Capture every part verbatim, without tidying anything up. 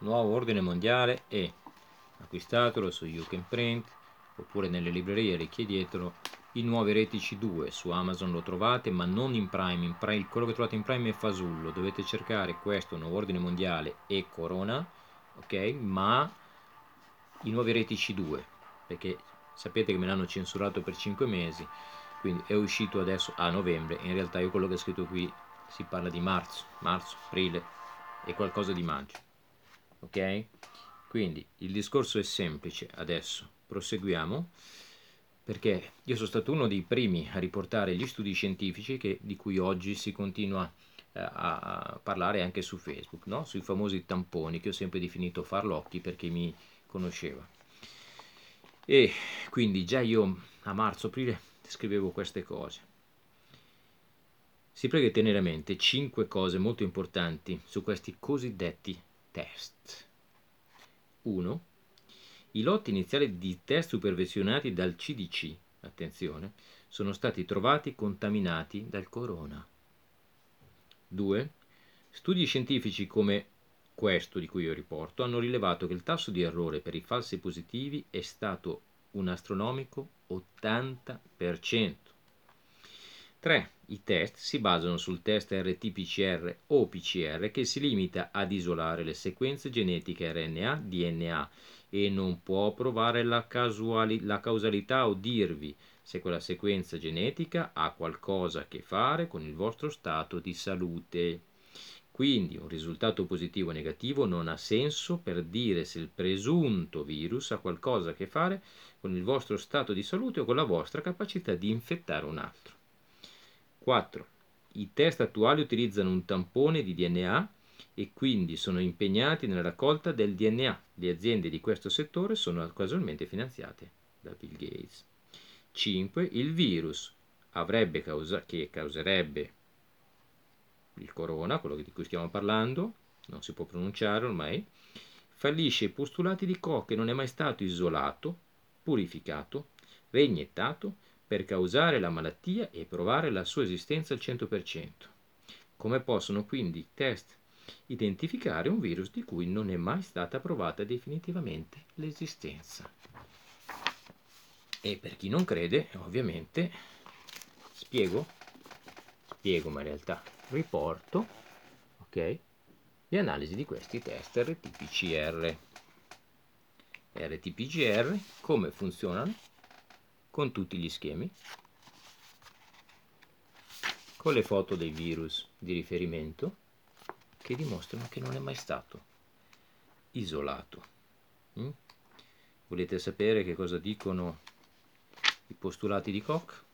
nuovo ordine mondiale e acquistatelo su You Can Print oppure nelle librerie, richiedetelo. I nuovi Retici due su Amazon lo trovate, ma non in Prime. In Prime quello che trovate in Prime è fasullo, dovete cercare questo, nuovo ordine mondiale e Corona, ok? Ma i nuovi Retici due, perché sapete che me l'hanno censurato per cinque mesi, quindi è uscito adesso a novembre. In realtà io quello che ho scritto qui si parla di marzo, marzo, aprile e qualcosa di maggio, ok? Quindi il discorso è semplice. Adesso proseguiamo, perché io sono stato uno dei primi a riportare gli studi scientifici che, di cui oggi si continua eh, a parlare anche su Facebook, no? Sui famosi tamponi, che ho sempre definito farlocchi perché mi conosceva. E quindi già io a marzo-aprile scrivevo queste cose. Si prega di tenere a mente cinque cose molto importanti su questi cosiddetti test. uno. I lotti iniziali di test supervisionati dal C D C, attenzione, sono stati trovati contaminati dal corona. due. Studi scientifici come questo di cui io riporto hanno rilevato che il tasso di errore per i falsi positivi è stato un astronomico ottanta per cento. tre. I test si basano sul test R T P C R o P C R che si limita ad isolare le sequenze genetiche R N A D N A e non può provare la, casuali- la causalità o dirvi se quella sequenza genetica ha qualcosa a che fare con il vostro stato di salute. Quindi un risultato positivo o negativo non ha senso per dire se il presunto virus ha qualcosa a che fare con il vostro stato di salute o con la vostra capacità di infettare un altro. quattro. I test attuali utilizzano un tampone di D N A e quindi sono impegnati nella raccolta del D N A. Le aziende di questo settore sono casualmente finanziate da Bill Gates. cinque. Il virus avrebbe causa- che causerebbe il corona, quello di cui stiamo parlando, non si può pronunciare ormai, fallisce i postulati di Koch e non è mai stato isolato, purificato, reiniettato per causare la malattia e provare la sua esistenza al cento per cento. Come possono quindi i test identificare un virus di cui non è mai stata provata definitivamente l'esistenza? E per chi non crede, ovviamente, spiego, spiego ma in realtà riporto, ok, le analisi di questi test R T P C R. R T P C R come funzionano? Con tutti gli schemi, con le foto dei virus di riferimento che dimostrano che non è mai stato isolato. Mm? Volete sapere che cosa dicono i postulati di Koch?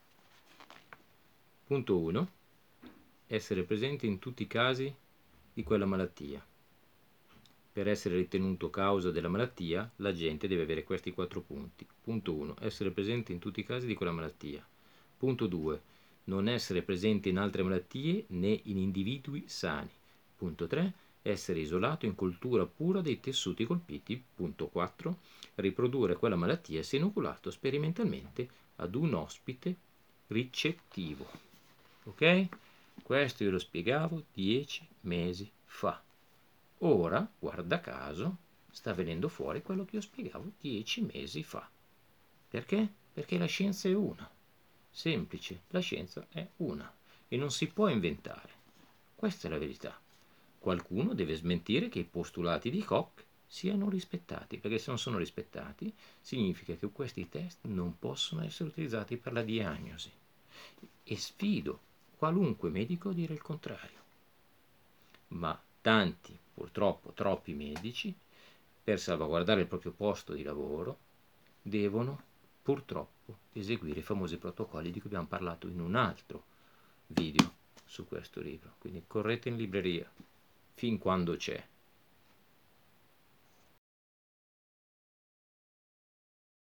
Punto uno. Essere presente in tutti i casi di quella malattia. Per essere ritenuto causa della malattia, l'agente deve avere questi quattro punti. Punto uno. Essere presente in tutti i casi di quella malattia. Punto due. Non essere presente in altre malattie né in individui sani. Punto tre. Essere isolato in cultura pura dei tessuti colpiti. Punto quattro. Riprodurre quella malattia se inoculato sperimentalmente ad un ospite ricettivo. Ok? Questo io lo spiegavo dieci mesi fa. Ora, guarda caso, sta venendo fuori quello che io spiegavo dieci mesi fa. Perché? Perché la scienza è una. Semplice, la scienza è una e non si può inventare. Questa è la verità. Qualcuno deve smentire che i postulati di Koch siano rispettati, perché se non sono rispettati significa che questi test non possono essere utilizzati per la diagnosi. E sfido qualunque medico a dire il contrario. Ma tanti, purtroppo troppi medici, per salvaguardare il proprio posto di lavoro, devono purtroppo eseguire i famosi protocolli di cui abbiamo parlato in un altro video su questo libro. Quindi correte in libreria fin quando c'è.